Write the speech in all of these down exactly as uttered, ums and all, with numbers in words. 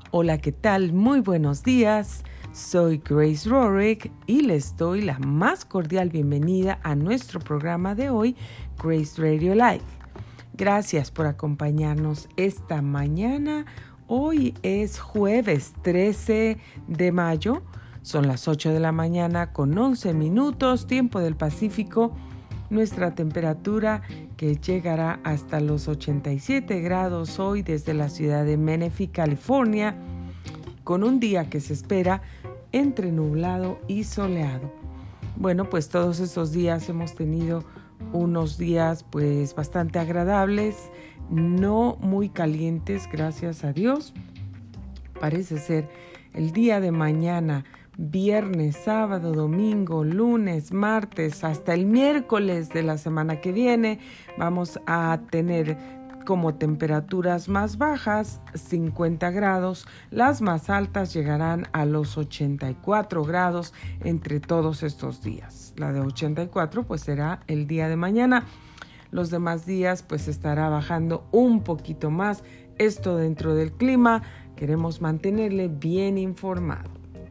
Hola, ¿qué tal? Muy buenos días. Soy Grace Rorick y les doy la más cordial bienvenida a nuestro programa de hoy, Grace Radio Live. Gracias por acompañarnos esta mañana. Hoy es jueves trece de mayo. Son las ocho de la mañana con once minutos, tiempo del Pacífico. Nuestra temperatura que llegará hasta los ochenta y siete grados hoy desde la ciudad de Menifee, California, con un día que se espera entre nublado y soleado. Bueno, pues todos estos días hemos tenido unos días pues bastante agradables, no muy calientes, gracias a Dios. Parece ser el día de mañana, viernes, sábado, domingo, lunes, martes, hasta el miércoles de la semana que viene, vamos a tener como temperaturas más bajas, cincuenta grados, las más altas llegarán a los ochenta y cuatro grados entre todos estos días. La de ochenta y cuatro pues será el día de mañana. Los demás días pues estará bajando un poquito más. Esto dentro del clima, queremos mantenerle bien informado.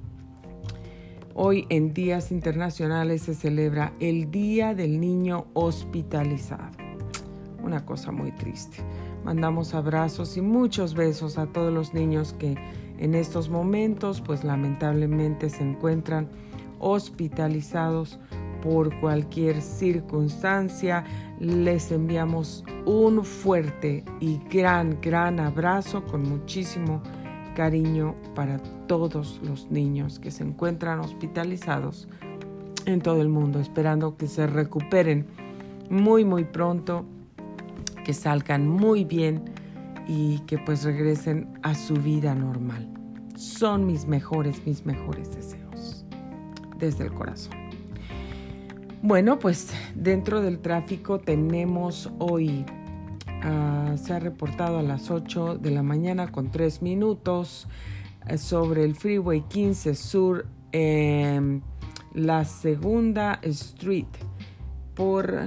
Hoy en días internacionales se celebra el Día del Niño Hospitalizado. Una cosa muy triste. Mandamos abrazos y muchos besos a todos los niños que en estos momentos pues lamentablemente se encuentran hospitalizados por cualquier circunstancia. Les enviamos un fuerte y gran, gran abrazo con muchísimo cariño para todos los niños que se encuentran hospitalizados en todo el mundo, esperando que se recuperen muy, muy pronto, que salgan muy bien y que pues regresen a su vida normal. Son mis mejores, mis mejores deseos, desde el corazón. Bueno, pues dentro del tráfico tenemos hoy, uh, se ha reportado a las ocho de la mañana con tres minutos uh, sobre el Freeway quince Sur, eh, la segunda Street por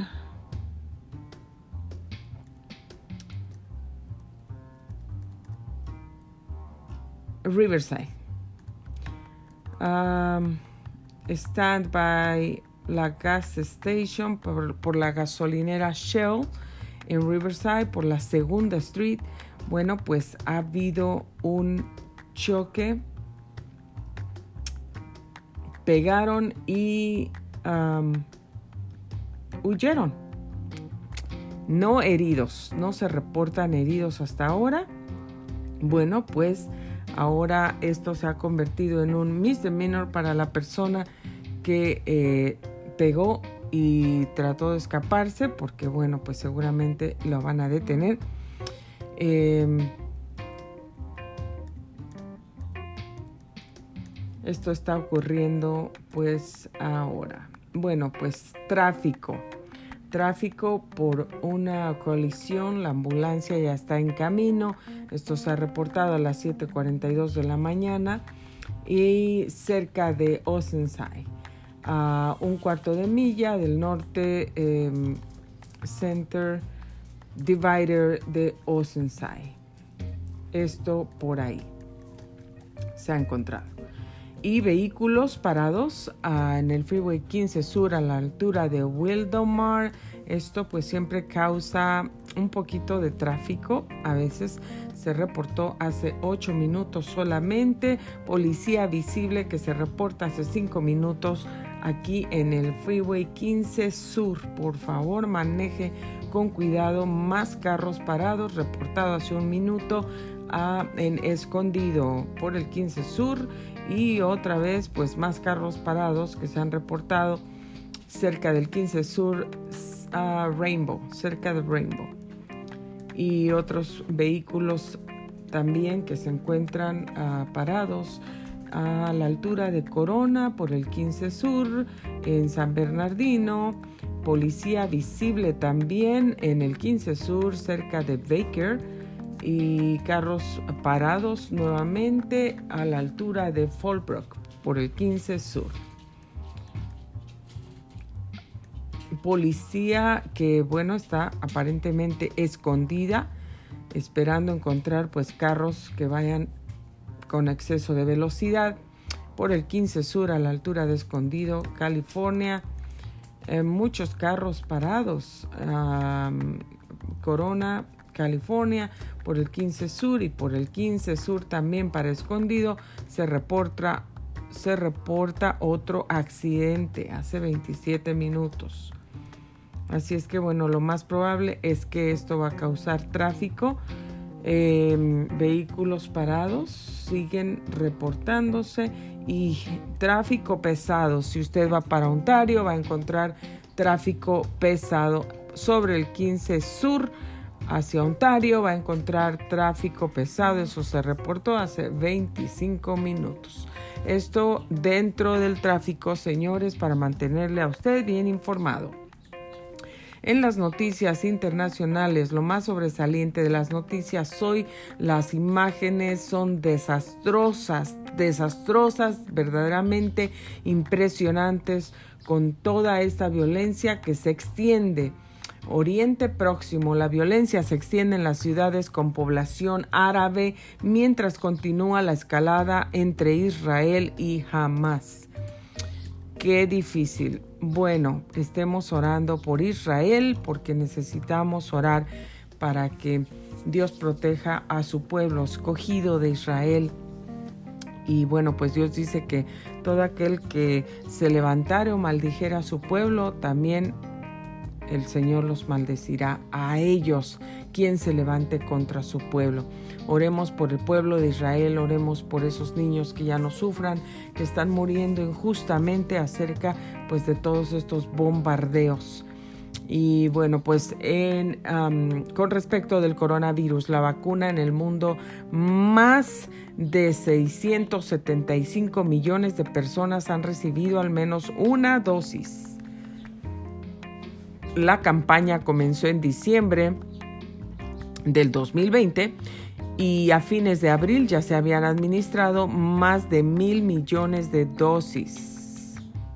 Riverside. Um, stand by la gas station por, por la gasolinera Shell en Riverside por la segunda Street. Bueno, pues ha habido un choque. Pegaron y um, huyeron. No heridos, no se reportan heridos hasta ahora. Bueno, pues ahora esto se ha convertido en un misdemeanor para la persona que eh, pegó y trató de escaparse, porque bueno, pues seguramente lo van a detener. Eh, esto está ocurriendo pues ahora. Bueno, pues tráfico. Tráfico por una colisión, la ambulancia ya está en camino. Esto se ha reportado a las siete cuarenta y dos de la mañana y cerca de Oceanside, a un cuarto de milla del norte eh, Center Divider de Oceanside. Esto por ahí se ha encontrado. Y vehículos parados uh, en el Freeway quince Sur a la altura de Wildomar. Esto pues siempre causa un poquito de tráfico. A veces se reportó hace ocho minutos solamente. Policía visible que se reporta hace cinco minutos aquí en el Freeway quince Sur. Por favor, maneje con cuidado. Más carros parados, reportado hace un minuto uh, en Escondido por el quince Sur. Y otra vez, pues más carros parados que se han reportado cerca del quince Sur, uh, Rainbow, cerca de Rainbow. Y otros vehículos también que se encuentran uh, parados a la altura de Corona por el quince Sur, en San Bernardino. Policía visible también en el quince Sur, cerca de Baker. Y carros parados nuevamente a la altura de Fallbrook por el quince Sur. Policía que, bueno, está aparentemente escondida, esperando encontrar pues carros que vayan con exceso de velocidad. Por el quince Sur a la altura de Escondido, California, eh, muchos carros parados. Um, Corona, California, por el quince Sur y por el quince Sur también para Escondido se reporta, se reporta otro accidente hace veintisiete minutos. Así es que bueno, lo más probable es que esto va a causar tráfico. Eh, vehículos parados siguen reportándose y tráfico pesado. Si usted va para Ontario, va a encontrar tráfico pesado sobre el quince Sur hacia Ontario. Va a encontrar tráfico pesado. Eso se reportó hace veinticinco minutos. Esto dentro del tráfico, señores, para mantenerle a usted bien informado. En las noticias internacionales, lo más sobresaliente de las noticias hoy, las imágenes son desastrosas, desastrosas, verdaderamente impresionantes, con toda esta violencia que se extiende. Oriente Próximo, la violencia se extiende en las ciudades con población árabe, mientras continúa la escalada entre Israel y Hamas. Qué difícil. Bueno, estemos orando por Israel porque necesitamos orar para que Dios proteja a su pueblo escogido de Israel. Y bueno, pues Dios dice que todo aquel que se levantare o maldijera a su pueblo, también el Señor los maldecirá a ellos, quien se levante contra su pueblo. Oremos por el pueblo de Israel, oremos por esos niños que ya no sufran, que están muriendo injustamente acerca pues de todos estos bombardeos. Y bueno, pues en, um, con respecto del coronavirus, la vacuna en el mundo, más de seiscientos setenta y cinco millones de personas han recibido al menos una dosis. La campaña comenzó en diciembre del dos mil veinte y a fines de abril ya se habían administrado más de mil millones de dosis.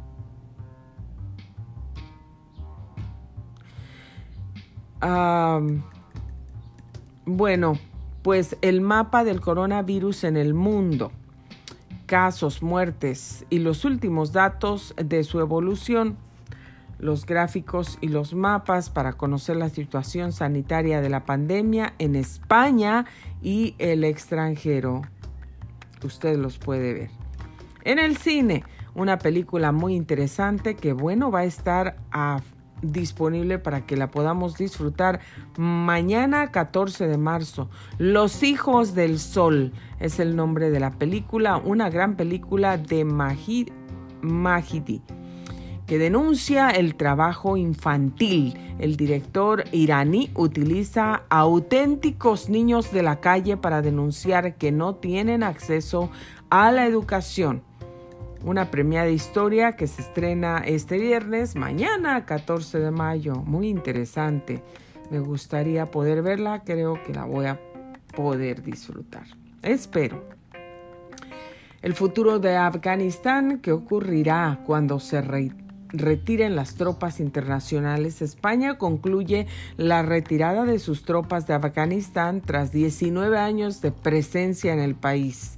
Um, bueno, pues el mapa del coronavirus en el mundo, casos, muertes y los últimos datos de su evolución. Los gráficos y los mapas para conocer la situación sanitaria de la pandemia en España y el extranjero. Usted los puede ver. En el cine, una película muy interesante que, bueno, va a estar a, disponible para que la podamos disfrutar mañana catorce de marzo. Los Hijos del Sol es el nombre de la película, una gran película de Majid Majidi, que denuncia el trabajo infantil. El director iraní utiliza auténticos niños de la calle para denunciar que no tienen acceso a la educación. Una premiada historia que se estrena este viernes, mañana catorce de mayo. Muy interesante. Me gustaría poder verla, creo que la voy a poder disfrutar. Espero. El futuro de Afganistán, ¿qué ocurrirá cuando se re- retiren las tropas internacionales? España concluye la retirada de sus tropas de Afganistán tras diecinueve años de presencia en el país.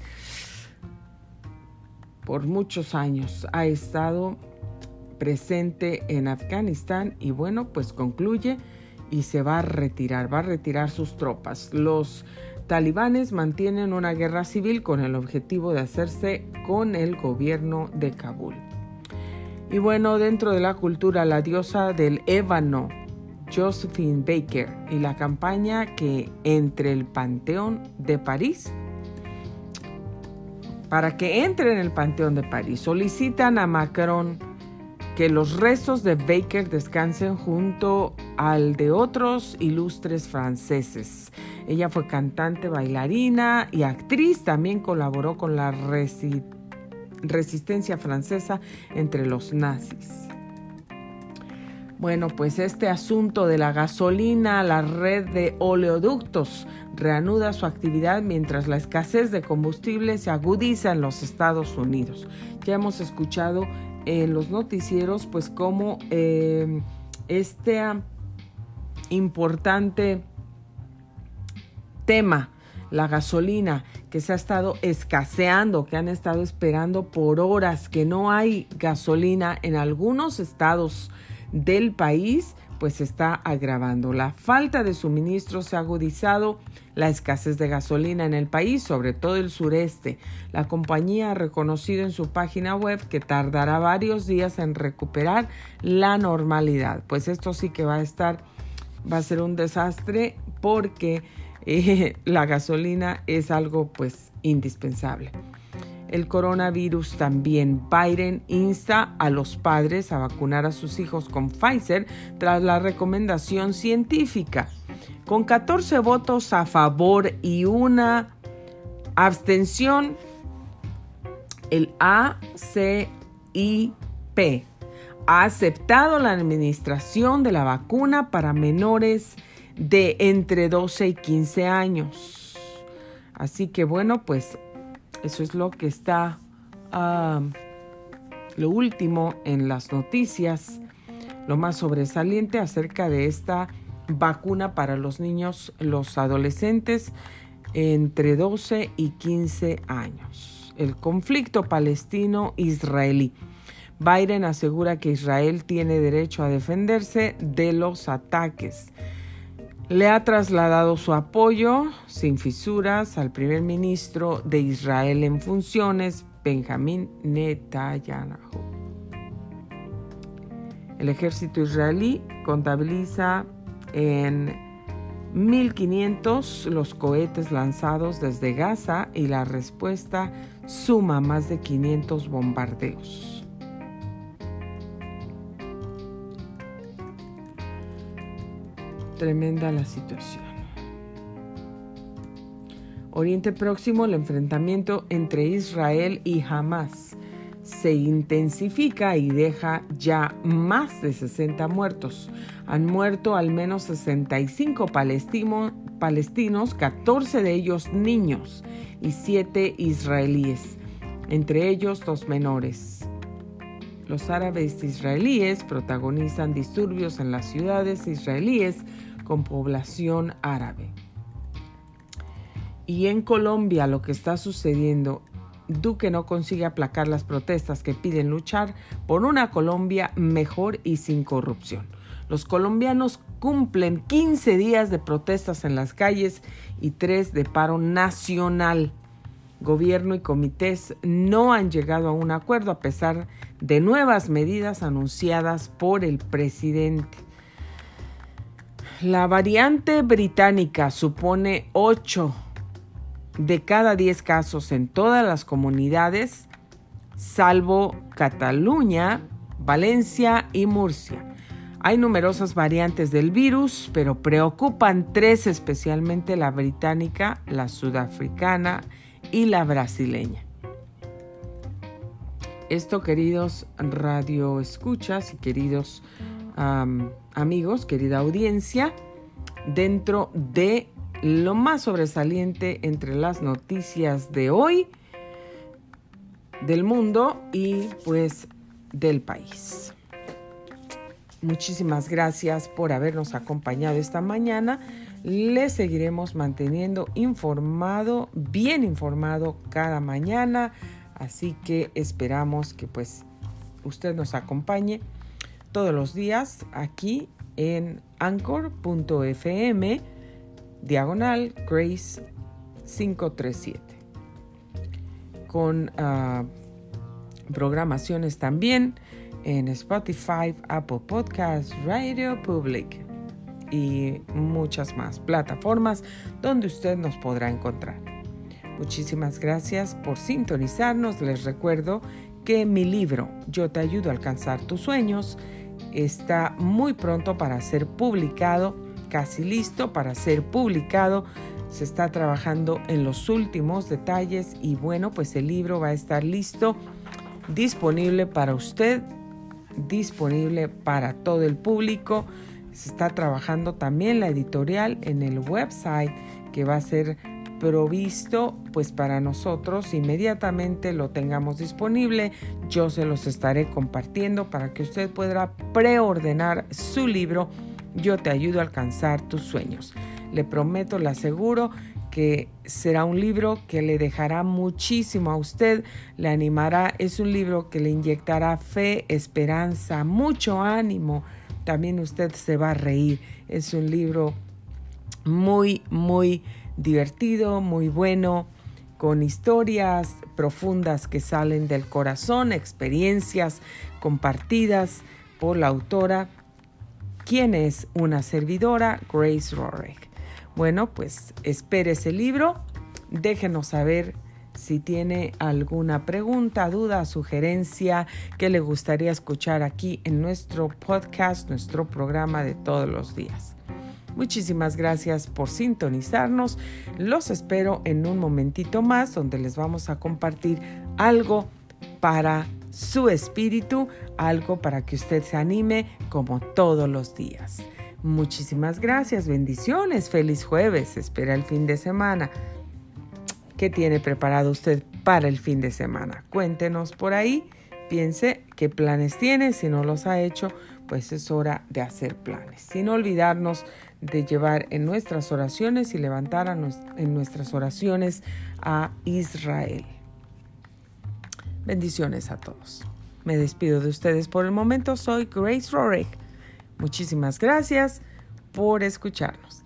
Por muchos años ha estado presente en Afganistán y bueno, pues concluye y se va a retirar, va a retirar sus tropas. Los talibanes mantienen una guerra civil con el objetivo de hacerse con el gobierno de Kabul. Y bueno, dentro de la cultura, la diosa del ébano, Josephine Baker, y la campaña que entre el Panteón de París, para que entre en el Panteón de París, solicitan a Macron que los restos de Baker descansen junto al de otros ilustres franceses. Ella fue cantante, bailarina y actriz. También colaboró con la resi- resistencia francesa entre los nazis. Bueno, pues este asunto de la gasolina, la red de oleoductos reanuda su actividad mientras la escasez de combustible se agudiza en los Estados Unidos. Ya hemos escuchado en los noticieros pues cómo eh, este importante tema, la gasolina, que se ha estado escaseando, que han estado esperando por horas, que no hay gasolina en algunos estados del país, pues se está agravando. La falta de suministro se ha agudizado la escasez de gasolina en el país, sobre todo el sureste. La compañía ha reconocido en su página web que tardará varios días en recuperar la normalidad. Pues esto sí que va a estar, va a ser un desastre porque eh, la gasolina es algo pues indispensable. El coronavirus también. Biden insta a los padres a vacunar a sus hijos con Pfizer tras la recomendación científica. Con catorce votos a favor y una abstención, el A C I P ha aceptado la administración de la vacuna para menores de entre doce y quince años. Así que bueno, pues eso es lo que está, uh, lo último en las noticias, lo más sobresaliente acerca de esta vacuna para los niños, los adolescentes entre doce y quince años. El conflicto palestino-israelí. Biden asegura que Israel tiene derecho a defenderse de los ataques. Le ha trasladado su apoyo sin fisuras al primer ministro de Israel en funciones, Benjamín Netanyahu. El ejército israelí contabiliza en mil quinientos los cohetes lanzados desde Gaza y la respuesta suma más de quinientos bombardeos. Tremenda la situación. Oriente Próximo, el enfrentamiento entre Israel y Hamas se intensifica y deja ya más de sesenta muertos. Han muerto al menos sesenta y cinco palestino, palestinos, catorce de ellos niños y siete israelíes, entre ellos dos menores. Los árabes israelíes protagonizan disturbios en las ciudades israelíes con población árabe. Y en Colombia lo que está sucediendo, Duque no consigue aplacar las protestas que piden luchar por una Colombia mejor y sin corrupción. Los colombianos cumplen quince días de protestas en las calles y tres de paro nacional. Gobierno y comités no han llegado a un acuerdo a pesar de nuevas medidas anunciadas por el presidente. La variante británica supone ocho de cada diez casos en todas las comunidades, salvo Cataluña, Valencia y Murcia. Hay numerosas variantes del virus, pero preocupan tres, especialmente la británica, la sudafricana y la brasileña. Esto, queridos radioescuchas y queridos um, amigos, querida audiencia, dentro de lo más sobresaliente entre las noticias de hoy, del mundo y pues del país. Muchísimas gracias por habernos acompañado esta mañana. Les seguiremos manteniendo informado, bien informado cada mañana. Así que esperamos que pues usted nos acompañe todos los días aquí en anchor punto f m diagonal Grace cinco tres siete. Con uh, programaciones también en Spotify, Apple Podcasts, Radio Public y muchas más plataformas donde usted nos podrá encontrar. Muchísimas gracias por sintonizarnos. Les recuerdo que mi libro Yo te ayudo a alcanzar tus sueños está muy pronto para ser publicado, casi listo para ser publicado. Se está trabajando en los últimos detalles y bueno, pues el libro va a estar listo, disponible para usted, disponible para todo el público. Se está trabajando también la editorial en el website que va a ser provisto pues para nosotros. Inmediatamente lo tengamos disponible, yo se los estaré compartiendo para que usted pueda preordenar su libro Yo te ayudo a alcanzar tus sueños. Le prometo, le aseguro que será un libro que le dejará muchísimo a usted, le animará. Es un libro que le inyectará fe, esperanza, mucho ánimo. También usted se va a reír. Es un libro muy, muy divertido, muy bueno, con historias profundas que salen del corazón, experiencias compartidas por la autora, quien es una servidora, Grace Rorick. Bueno, pues espere ese libro. Déjenos saber si tiene alguna pregunta, duda, sugerencia que le gustaría escuchar aquí en nuestro podcast, nuestro programa de todos los días. Muchísimas gracias por sintonizarnos. Los espero en un momentito más donde les vamos a compartir algo para su espíritu, algo para que usted se anime como todos los días. Muchísimas gracias, bendiciones, feliz jueves, espera el fin de semana. ¿Qué tiene preparado usted para el fin de semana? Cuéntenos por ahí, piense qué planes tiene, si no los ha hecho, pues es hora de hacer planes. Sin olvidarnos de llevar en nuestras oraciones y levantar a nos, en nuestras oraciones a Israel. Bendiciones a todos. Me despido de ustedes por el momento. Soy Grace Rorick. Muchísimas gracias por escucharnos.